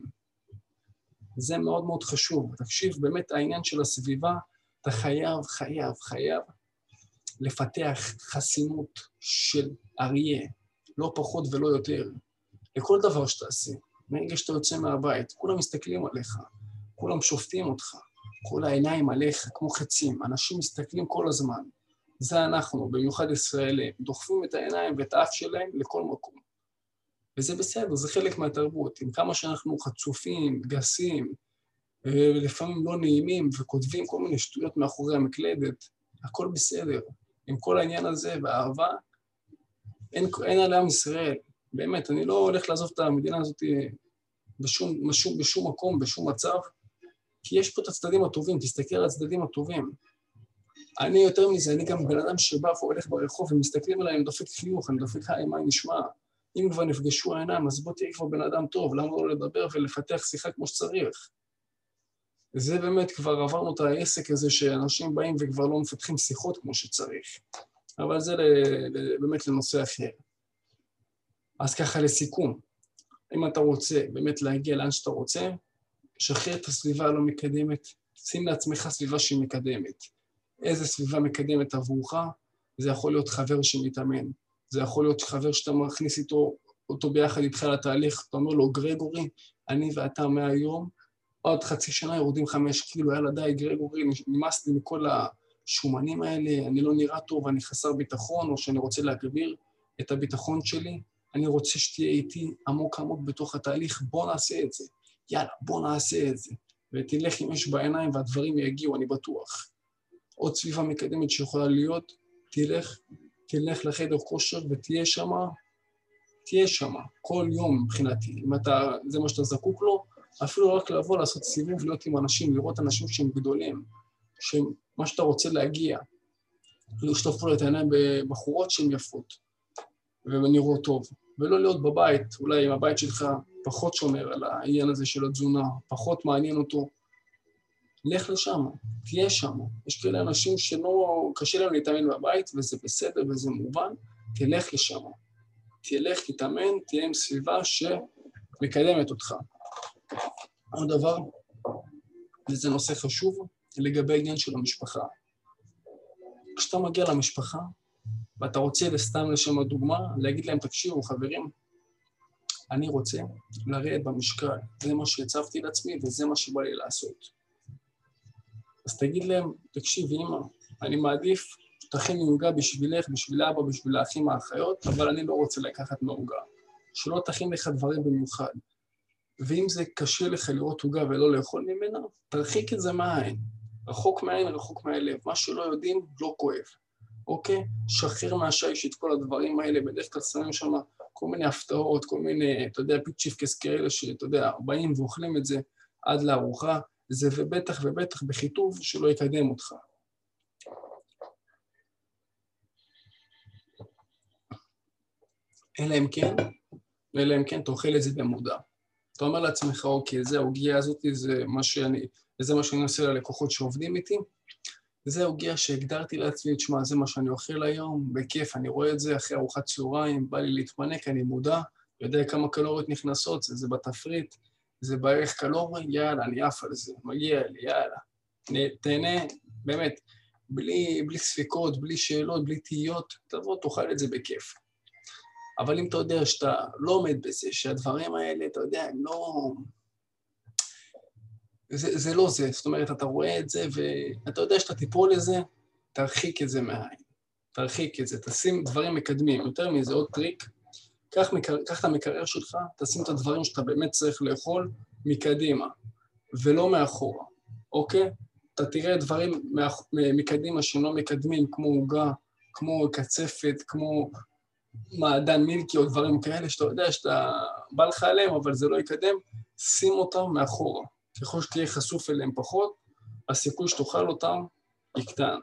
זה מאוד מאוד חשוב. תקשיב, באמת העניין של הסביבה, אתה חייב, חייב, חייב לפתח חסינות של אריה, לא פחות ולא יותר, לכל דבר שתעשה. מרגע שאתה יוצא מהבית, כולם מסתכלים עליך, כולם שופטים אותך, כל העיניים עליך כמו חצים, אנשים מסתכלים כל הזמן. זה אנחנו, במיוחד ישראלים, דוחפים את העיניים ואת האף שלהם לכל מקום. וזה בסדר, זה חלק מהתרבות. עם כמה שאנחנו חצופים, גסים, ולפעמים לא נעימים, וכותבים כל מיני שטויות מאחורי המקלדת, הכל בסדר. עם כל העניין הזה והאהבה, אין, אין על עם ישראל. באמת, אני לא הולך לעזוב את המדינה הזאת בשום, בשום, בשום מקום, בשום מצב, כי יש פה את הצדדים הטובים, תסתכל על הצדדים הטובים. אני יותר מזה, אני גם בן אדם שבא והולך ברחוב, ומסתכלים עליי, אני דופק חיוך, אני דופק היי, מה נשמע? אם כבר נפגשו העיניים, אז בוא תהיה כבר בן אדם טוב, למה לא לדבר ולפתח שיחה כמו שצריך? זה באמת, כבר עברנו את העסק הזה שאנשים באים וכבר לא מפתחים שיחות כמו שצריך. אבל זה באמת לנושא אחר. אז ככה לסיכום, אם אתה רוצה באמת להגיע לאן שאתה רוצה, שחרר את הסביבה הלא מקדמת, שים לעצמך סביבה שהיא מקדמת. איזה סביבה מקדמת עבורך? זה יכול להיות חבר שמתאמן. זה יכול להיות חבר שאתה מכניס איתו, אותו ביחד איתך לתהליך, אתה אומר לו, גרגורי, אני ואתה מהיום, עוד חצי שנה יורדים חמש קילו, יאללה די, גרגורי, נמאס לי מכל השומנים האלה, אני לא נראה טוב, אני חסר ביטחון, או שאני רוצה להגביר את הביטחון שלי, אני רוצה שתהיה איתי עמוק עמוק בתוך התהליך, בוא נעשה את זה, יאללה, בוא נעשה את זה, ותלך עם אש בעיניים והדברים יגיעו, אני בטוח. עוד סביבה מקדמת שיכולה להיות, תלך, תלך לחדר כושר ותהיה שמה, תהיה שמה, כל יום מבחינתי, אם אתה, זה מה שאתה זקוק לו, אפילו רק לבוא, לעשות סיבוב, להיות עם אנשים, לראות אנשים שהם גדולים, שמה שאתה רוצה להגיע, לשטוף לו את העיניים בבחורות שהן יפות, ונראות טוב, ולא להיות בבית, אולי אם הבית שלך פחות שומר על העניין הזה של התזונה, פחות מעניין אותו, לך לשם, תהיה שם. יש כאלה אנשים שלא, קשה להם להתאמן בבית, וזה בסדר וזה מובן, תלך לשם. תלך, תתאמן, תהיה עם סביבה שמקדמת אותך. עוד דבר, וזה נושא חשוב, לגבי העניין של המשפחה. כשאתה מגיע למשפחה, ואתה רוצה לסתם לשם הדוגמה, להגיד להם, תקשיבו, חברים, אני רוצה לרדת במשקל, זה מה שהצבתי לעצמי, וזה מה שבא לי לעשות. אז תגיד להם, תקשיב, אמא, אני מעדיף שתכין לי עוגה בשבילך, בשביל אבא, בשביל האחים האחיות, אבל אני לא רוצה לקחת מהעוגה. שלא תכין לך דברים במיוחד. ואם זה קשה לך לראות עוגה ולא לאכול ממנה, תרחיק את זה מהעין. רחוק מהעין, רחוק מהלב. מה שלא יודעים, לא כואב. אוקיי? שחרר מהשיש את כל הדברים האלה, בדרך כלל שמים שם כל מיני הפתעות, כל מיני, אתה יודע, פיצ'יפקס כאלה שאתה יודע, באים ואוכלים את זה עד לארוחה, זה ובטח ובטח בחיטוב שלא יקדם אותך. אלא אם כן, אלא אם כן תאכל את זה במודע. אתה אומר לעצמך, אוקיי, זה העוגיה הזאת, זה מה שאני, וזה מה שאני עושה ללקוחות שעובדים איתי, זה העוגיה שהגדרתי לעצמי, תשמע, זה מה שאני אוכל היום, בכיף, אני רואה את זה אחרי ארוחת צהריים, בא לי להתפנק, אני מודע, יודע כמה קלוריות נכנסות, זה, זה בתפריט, זה בערך קלורי, יאללה, אני עף על זה, מגיע לי, יאללה. תהנה, באמת, בלי, בלי ספיקות, בלי שאלות, בלי תהיות, תבוא, תאכל את זה בכיף. אבל אם אתה יודע שאתה לא עומד בזה, שהדברים האלה, אתה יודע, הם לא... זה, זה לא זה, זאת אומרת, אתה רואה את זה, ואתה יודע שאתה תיפול לזה, תרחיק את זה מהעין. תרחיק את זה, תשים דברים מקדמים. יותר מזה, עוד טריק, קח, מקר... קח את המקרר שלך, תשים את הדברים שאתה באמת צריך לאכול מקדימה, ולא מאחורה, אוקיי? אתה תראה דברים מאח... מקדימה שהם לא מקדמים, כמו עוגה, כמו קצפת, כמו מעדן מילקי או דברים כאלה, שאתה יודע שאתה בא לך עליהם, אבל זה לא יקדם, שים אותם מאחורה. ככל שתהיה חשוף אליהם פחות, הסיכוי שתאכל אותם יקטן.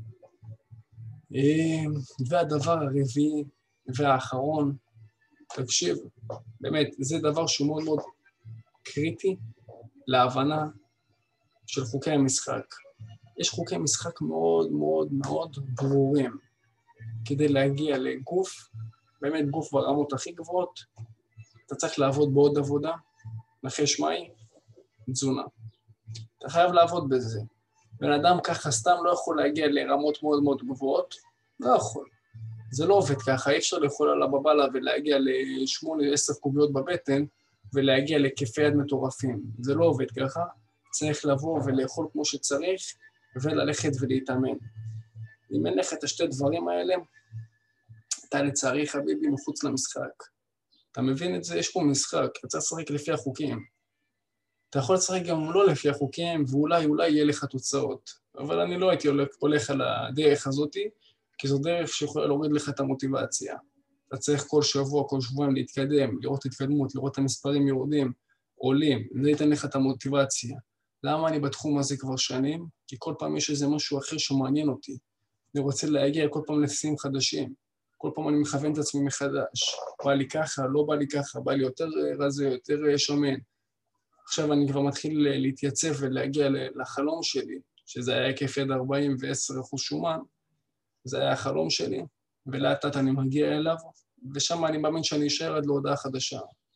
והדבר הרביעי והאחרון, תקשיב, באמת, זה דבר שהוא מאוד מאוד קריטי להבנה של חוקי המשחק. יש חוקי משחק מאוד מאוד מאוד ברורים, כדי להגיע לגוף, באמת גוף ברמות הכי גבוהות, אתה צריך לעבוד בעוד עבודה, נחש מהי? תזונה. אתה חייב לעבוד בזה. בן אדם ככה סתם לא יכול להגיע לרמות מאוד מאוד גבוהות, לא יכול. זה לא עובד ככה, אי אפשר לאכול על הבבלה ולהגיע לשמונה עשר קוביות בבטן, ולהגיע לכיפי יד מטורפים. זה לא עובד ככה, צריך לבוא ולאכול כמו שצריך, וללכת ולהתאמן. אם אין לך את השתי דברים האלה, אתה לצערי חביבי מחוץ למשחק. אתה מבין את זה? יש פה משחק, אתה צריך לשחק לפי החוקים. אתה יכול לשחק גם לא לפי החוקים, ואולי, אולי יהיה לך תוצאות. אבל אני לא הייתי הולך, הולך על הדרך הזאת, כי זו דרך שיכולה להוריד לך את המוטיבציה. אתה צריך כל שבוע, כל שבועיים להתקדם, לראות התקדמות, לראות את המספרים יורדים, עולים, זה ייתן לך את המוטיבציה. למה אני בתחום הזה כבר שנים? כי כל פעם יש איזה משהו אחר שמעניין אותי. אני רוצה להגיע כל פעם לשיאים חדשים. כל פעם אני מכוון את עצמי מחדש. בא לי ככה, לא בא לי ככה, בא לי יותר רזה, יותר שמן. עכשיו אני כבר מתחיל להתייצב ולהגיע לחלום שלי, שזה היה היקף יד ארבעים ועשר אחוז שומן, זה היה החלום שלי, ולאט לאט אני מגיע אליו, ושם אני מאמין שאני אשאר עד להודעה חדשה.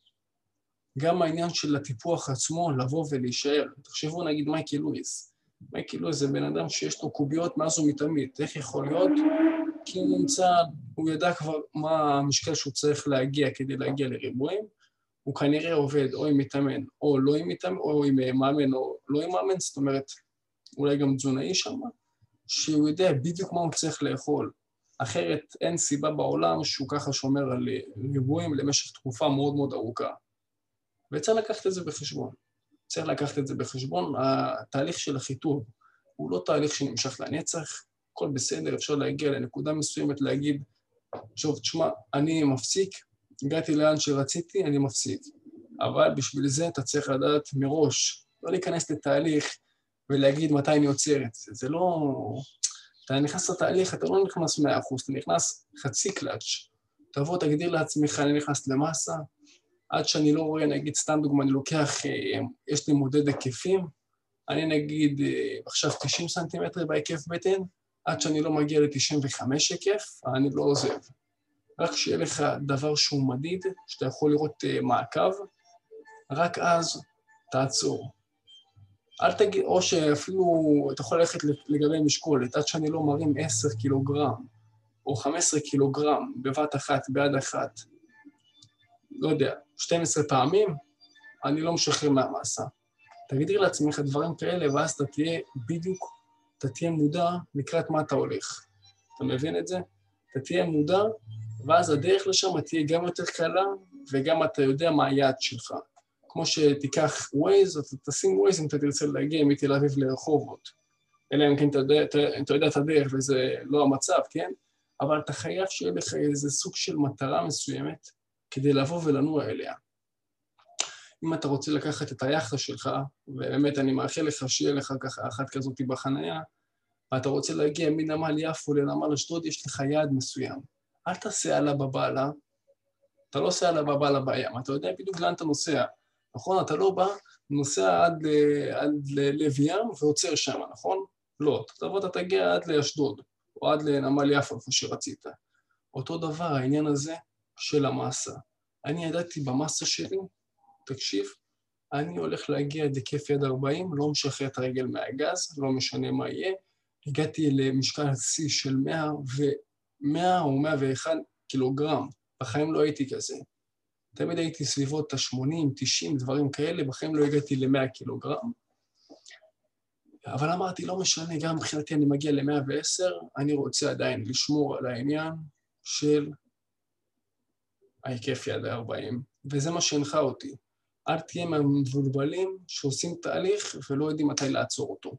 גם העניין של הטיפוח עצמו, לבוא ולהישאר. תחשבו נגיד מייקל לואיס. מייקל לואיס זה בן אדם שיש לו קוביות מאז ומתמיד. איך יכול להיות? כי הוא נמצא, הוא ידע כבר מה המשקל שהוא צריך להגיע כדי להגיע לריבועים, הוא כנראה עובד או עם מתאמן או לא עם מתאמן, או עם מאמן או לא עם מאמן, זאת אומרת, אולי גם תזונאי שם, שהוא יודע בדיוק מה הוא צריך לאכול. אחרת אין סיבה בעולם שהוא ככה שומר על ריבועים למשך תקופה מאוד מאוד ארוכה. וצריך לקחת את זה בחשבון. צריך לקחת את זה בחשבון. התהליך של החיתוב הוא לא תהליך שנמשך לנצח, הכל בסדר, אפשר להגיע לנקודה מסוימת, להגיד, שוב, תשמע, אני מפסיק, הגעתי לאן שרציתי, אני מפסיק. אבל בשביל זה אתה צריך לדעת מראש, לא להיכנס לתהליך ולהגיד מתי אני עוצר את זה. זה לא... אתה נכנס לתהליך, אתה לא נכנס מאה אחוז, אתה נכנס חצי קלאץ'. תבוא, תגדיר לעצמך, אני נכנס למסה, עד שאני לא רואה, נגיד, סתם דוגמה, אני לוקח, יש לי מודד היקפים, אני נגיד עכשיו תשעים סנטימטר בהיקף בטן, עד שאני לא מגיע ל-תשעים וחמש היקף, אני לא עוזב. רק שיהיה לך דבר שהוא מדיד, שאתה יכול לראות מעקב, רק אז תעצור. אל תגיד, או שאפילו אתה יכול ללכת לגבי משקולת, עד שאני לא מרים עשרה קילוגרם, או חמישה עשר קילוגרם בבת אחת, ביד אחת, לא יודע, שתים עשרה פעמים, אני לא משחרר מהמסה. תגדיר לעצמך דברים כאלה, ואז אתה תהיה בדיוק, אתה תהיה מודע לקראת מה אתה הולך. אתה מבין את זה? אתה תהיה מודע, ואז הדרך לשם תהיה גם יותר קלה, וגם אתה יודע מה היעד שלך. כמו שתיקח ווייז, אתה תשים ווייז אם אתה תרצה להגיע מתל אביב לרחובות. אלא אם כן אתה יודע, אתה, אתה יודע את הדרך וזה לא המצב, כן? אבל אתה חייב שיהיה לך איזה סוג של מטרה מסוימת כדי לבוא ולנוע אליה. אם אתה רוצה לקחת את היחדה שלך, ובאמת אני מאחל לך שיהיה לך ככה אחת כזאת בחנייה, ואתה רוצה להגיע מנמל יפו לנמל אשדוד, יש לך יעד מסוים. אל תעשה עלה בבעלה, אתה לא עושה עלה בבעלה בים, אתה יודע בדיוק לאן אתה נוסע. נכון? אתה לא בא, נוסע עד, עד ללב ים ועוצר שם, נכון? לא, אתה תבוא, אתה תגיע עד לאשדוד, או עד לנמל יפו, איפה שרצית. אותו דבר, העניין הזה של המסה. אני ידעתי במסה שלי, תקשיב, אני הולך להגיע עד היקף יד ארבעים, לא משחרר את הרגל מהגז, לא משנה מה יהיה. הגעתי למשקל שיא של מאה ו-מאה או מאה ואחד קילוגרם. בחיים לא הייתי כזה. תמיד הייתי סביבות ה-שמונים, תשעים, דברים כאלה, בחיים לא הגעתי ל-מאה קילוגרם. אבל אמרתי, לא משנה, גם מבחינתי אני מגיע ל-מאה ועשר, אני רוצה עדיין לשמור על העניין של ההיקף יד ארבעים, וזה מה שהנחה אותי. אל תהיה מהמבולבלים שעושים תהליך ולא יודעים מתי לעצור אותו.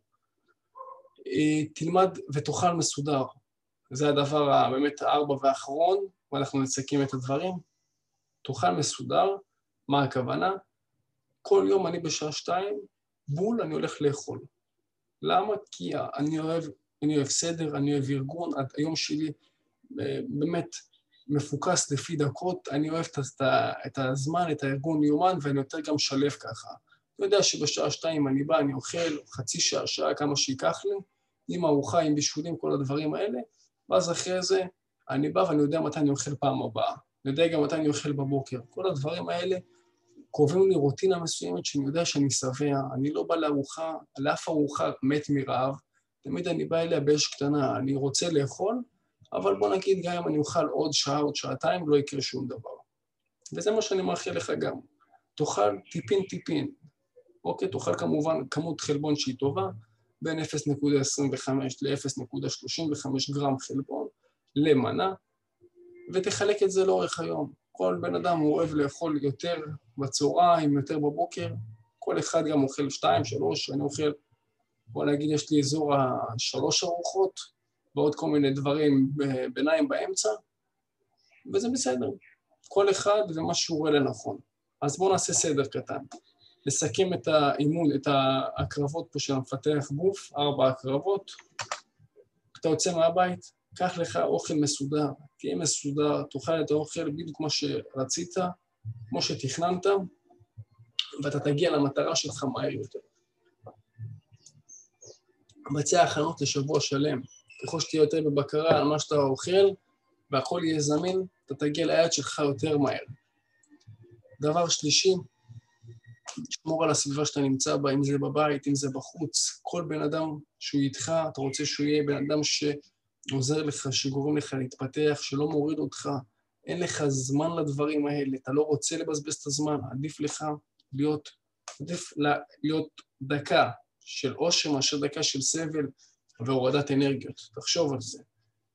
תלמד ותאכל מסודר. זה הדבר באמת הארבע והאחרון, ואנחנו נסכם את הדברים. תאכל מסודר, מה הכוונה? כל יום אני בשעה שתיים, בול אני הולך לאכול. למה? כי אני אוהב, אני אוהב סדר, אני אוהב ארגון, היום שלי באמת מפוקס לפי דקות, אני אוהב את הזמן, את הארגון יומן, ואני יותר גם שלב ככה. אני יודע שבשעה שתיים אני בא, אני אוכל חצי שעה, שעה, כמה שיקח לי, עם ארוחה, עם בישולים, כל הדברים האלה, ואז אחרי זה אני בא ואני יודע מתי אני אוכל פעם הבאה. אני יודע גם מתי אני אוכל בבוקר. כל הדברים האלה קובעים לי רוטינה מסוימת שאני יודע שאני שבע, אני לא בא לארוחה, על אף ארוחה מת מרעב, תמיד אני בא אליה באש קטנה, אני רוצה לאכול, אבל בוא נגיד גם אם אני אוכל עוד שעה, עוד שעתיים, לא יקרה שום דבר. וזה מה שאני מאחל לך גם. תאכל טיפין טיפין. אוקיי, תאכל כמובן כמות חלבון שהיא טובה, בין אפס נקודה עשרים וחמש ל-אפס נקודה שלושים וחמש גרם חלבון למנה, ותחלק את זה לאורך היום. כל בן אדם הוא אוהב לאכול יותר בצהריים, יותר בבוקר, כל אחד גם אוכל שתיים, שלוש, אני אוכל, בוא נגיד, יש לי אזור השלוש ארוחות, ועוד כל מיני דברים ביניים באמצע, וזה בסדר. כל אחד ומה שהוא רואה לנכון. אז בואו נעשה סדר קטן. לסכם את האימון, את הקרבות פה של המפתח גוף, ארבע הקרבות. אתה יוצא מהבית, קח לך אוכל מסודר, תהיה מסודר, תאכל את האוכל בדיוק כמו שרצית, כמו שתכננת, ואתה תגיע למטרה שלך מהר יותר. מבצע הכנות לשבוע שלם, ככל שתהיה יותר בבקרה על מה שאתה אוכל, והכל יהיה זמין, אתה תגיע ליעד שלך יותר מהר. דבר שלישי, תשמור על הסביבה שאתה נמצא בה, אם זה בבית, אם זה בחוץ, כל בן אדם שהוא איתך, אתה רוצה שהוא יהיה בן אדם שעוזר לך, שגורם לך להתפתח, שלא מוריד אותך, אין לך זמן לדברים האלה, אתה לא רוצה לבזבז את הזמן, עדיף לך להיות, עדיף להיות דקה של עושר מאשר דקה של סבל והורדת אנרגיות, תחשוב על זה.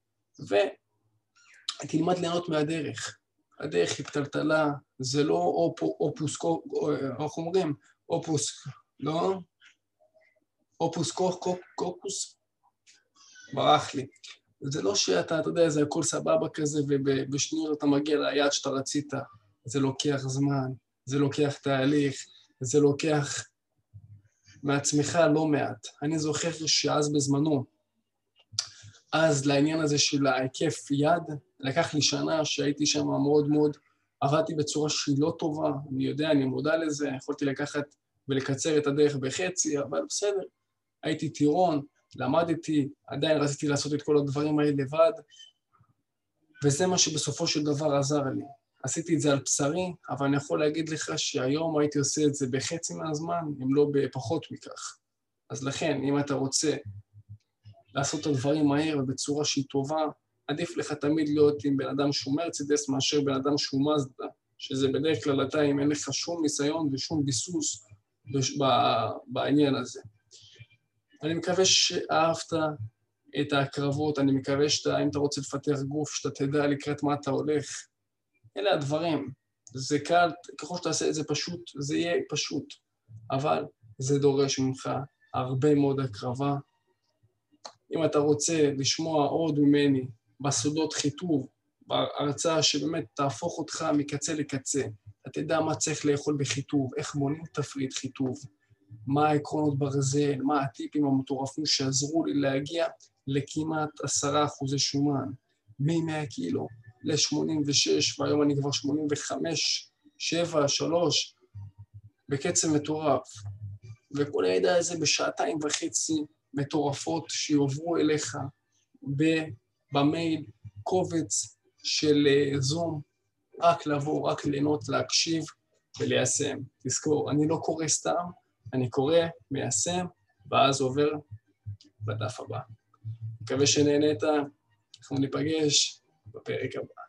ותלמד ליהנות מהדרך. הדרך היא פתלתלה, זה לא אופוס, איך אומרים? אופוס, לא? אופוס קוקוס? ברח לי. זה לא שאתה, אתה יודע, זה הכל סבבה כזה, ובשניות אתה מגיע ליעד שאתה רצית. זה לוקח זמן, זה לוקח תהליך, זה לוקח מעצמך לא מעט. אני זוכר שאז בזמנו, אז לעניין הזה של ההיקף יד, לקח לי שנה שהייתי שם מאוד מאוד, עבדתי בצורה שהיא לא טובה, אני יודע, אני מודע לזה, יכולתי לקחת ולקצר את הדרך בחצי, אבל בסדר, הייתי טירון, למדתי, עדיין רציתי לעשות את כל הדברים האלה לבד, וזה מה שבסופו של דבר עזר לי. עשיתי את זה על בשרי, אבל אני יכול להגיד לך שהיום הייתי עושה את זה בחצי מהזמן, אם לא בפחות מכך. אז לכן, אם אתה רוצה לעשות את הדברים מהר ובצורה שהיא טובה, עדיף לך תמיד להיות עם בן אדם שהוא מרצדס מאשר בן אדם שהוא מזדה, שזה בדרך כלל אתה אם אין לך שום ניסיון ושום ביסוס בעניין הזה. אני מקווה שאהבת את הקרבות, אני מקווה שאתה, אם אתה רוצה לפתח גוף, שאתה תדע לקראת מה אתה הולך. אלה הדברים. זה קל, ככל שתעשה את זה פשוט, זה יהיה פשוט. אבל זה דורש ממך הרבה מאוד הקרבה, אם אתה רוצה לשמוע עוד ממני בסודות חיטוב, בהרצאה שבאמת תהפוך אותך מקצה לקצה, אתה תדע מה צריך לאכול בחיטוב, איך בונים תפריט חיטוב, מה העקרונות ברזל, מה הטיפים המטורפים שעזרו לי להגיע לכמעט עשרה אחוזי שומן, מ-מאה קילו ל-שמונים ושש, והיום אני כבר שמונים וחמש, שבע, שלוש, בקצב מטורף. וכל הידע הזה בשעתיים וחצי מטורפות שיעברו אליך במייל, קובץ של זום, רק לבוא, רק ליהנות, להקשיב וליישם. תזכור, אני לא קורא סתם, אני קורא, מיישם, ואז עובר בדף הבא. מקווה שנהנית, אנחנו ניפגש בפרק הבא.